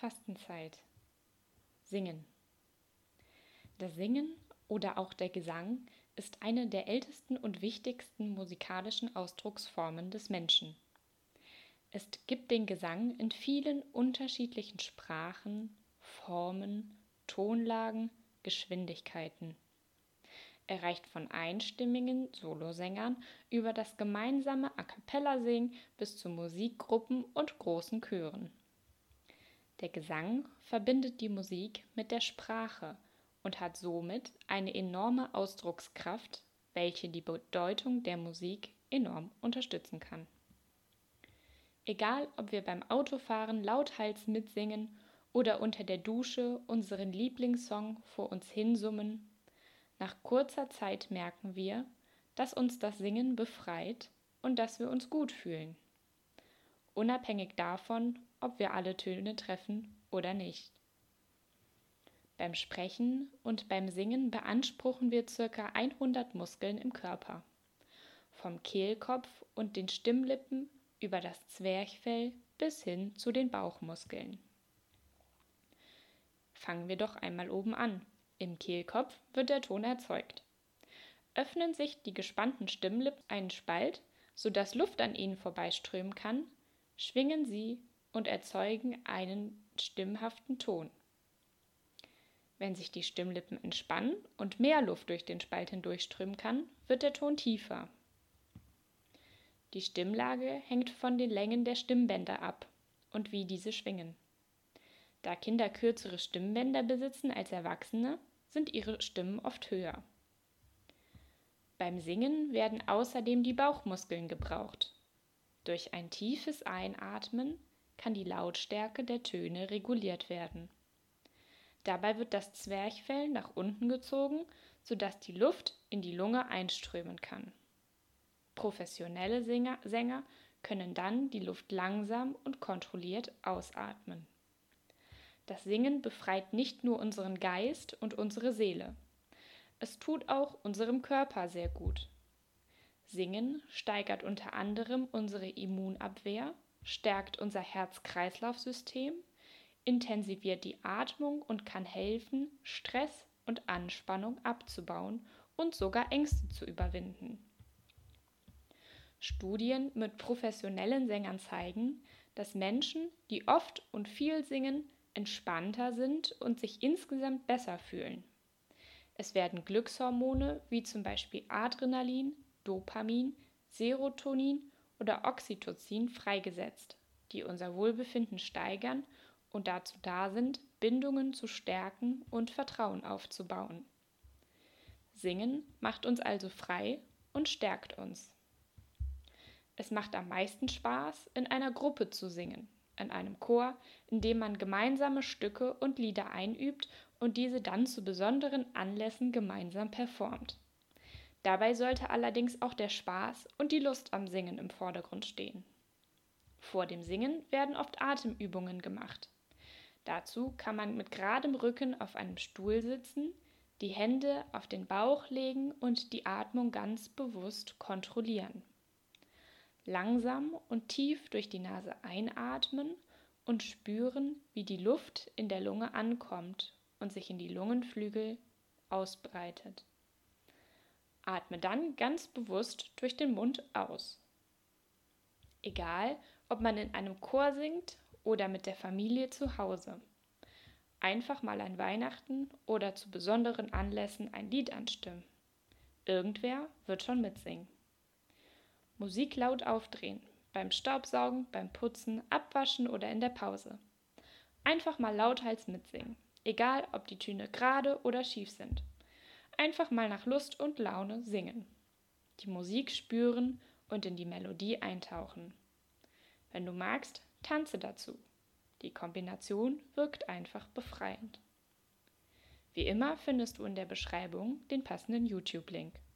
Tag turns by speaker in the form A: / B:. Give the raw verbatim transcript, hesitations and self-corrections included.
A: Fastenzeit. Singen. Das Singen oder auch der Gesang ist eine der ältesten und wichtigsten musikalischen Ausdrucksformen des Menschen. Es gibt den Gesang in vielen unterschiedlichen Sprachen, Formen, Tonlagen, Geschwindigkeiten. Er reicht von einstimmigen Solosängern über das gemeinsame A-cappella-Singen bis zu Musikgruppen und großen Chören. Der Gesang verbindet die Musik mit der Sprache und hat somit eine enorme Ausdruckskraft, welche die Bedeutung der Musik enorm unterstützen kann. Egal, ob wir beim Autofahren lauthals mitsingen oder unter der Dusche unseren Lieblingssong vor uns hinsummen, nach kurzer Zeit merken wir, dass uns das Singen befreit und dass wir uns gut fühlen. Unabhängig davon, ob wir alle Töne treffen oder nicht. Beim Sprechen und beim Singen beanspruchen wir ca. hundert Muskeln im Körper. Vom Kehlkopf und den Stimmlippen über das Zwerchfell bis hin zu den Bauchmuskeln. Fangen wir doch einmal oben an. Im Kehlkopf wird der Ton erzeugt. Öffnen sich die gespannten Stimmlippen einen Spalt, sodass Luft an ihnen vorbeiströmen kann, schwingen sie und erzeugen einen stimmhaften Ton. Wenn sich die Stimmlippen entspannen und mehr Luft durch den Spalt hindurchströmen kann, wird der Ton tiefer. Die Stimmlage hängt von den Längen der Stimmbänder ab und wie diese schwingen. Da Kinder kürzere Stimmbänder besitzen als Erwachsene, sind ihre Stimmen oft höher. Beim Singen werden außerdem die Bauchmuskeln gebraucht. Durch ein tiefes Einatmen kann die Lautstärke der Töne reguliert werden. Dabei wird das Zwerchfell nach unten gezogen, sodass die Luft in die Lunge einströmen kann. Professionelle Sänger, Sänger können dann die Luft langsam und kontrolliert ausatmen. Das Singen befreit nicht nur unseren Geist und unsere Seele. Es tut auch unserem Körper sehr gut. Singen steigert unter anderem unsere Immunabwehr, stärkt unser Herz-Kreislauf-System, intensiviert die Atmung und kann helfen, Stress und Anspannung abzubauen und sogar Ängste zu überwinden. Studien mit professionellen Sängern zeigen, dass Menschen, die oft und viel singen, entspannter sind und sich insgesamt besser fühlen. Es werden Glückshormone wie zum Beispiel Adrenalin, Dopamin, Serotonin oder Oxytocin freigesetzt, die unser Wohlbefinden steigern und dazu da sind, Bindungen zu stärken und Vertrauen aufzubauen. Singen macht uns also frei und stärkt uns. Es macht am meisten Spaß, in einer Gruppe zu singen, in einem Chor, in dem man gemeinsame Stücke und Lieder einübt und diese dann zu besonderen Anlässen gemeinsam performt. Dabei sollte allerdings auch der Spaß und die Lust am Singen im Vordergrund stehen. Vor dem Singen werden oft Atemübungen gemacht. Dazu kann man mit geradem Rücken auf einem Stuhl sitzen, die Hände auf den Bauch legen und die Atmung ganz bewusst kontrollieren. Langsam und tief durch die Nase einatmen und spüren, wie die Luft in der Lunge ankommt und sich in die Lungenflügel ausbreitet. Atme dann ganz bewusst durch den Mund aus. Egal, ob man in einem Chor singt oder mit der Familie zu Hause. Einfach mal an Weihnachten oder zu besonderen Anlässen ein Lied anstimmen. Irgendwer wird schon mitsingen. Musik laut aufdrehen, beim Staubsaugen, beim Putzen, Abwaschen oder in der Pause. Einfach mal lauthals mitsingen, egal ob die Töne gerade oder schief sind. Einfach mal nach Lust und Laune singen. Die Musik spüren und in die Melodie eintauchen. Wenn du magst, tanze dazu. Die Kombination wirkt einfach befreiend. Wie immer findest du in der Beschreibung den passenden YouTube-Link.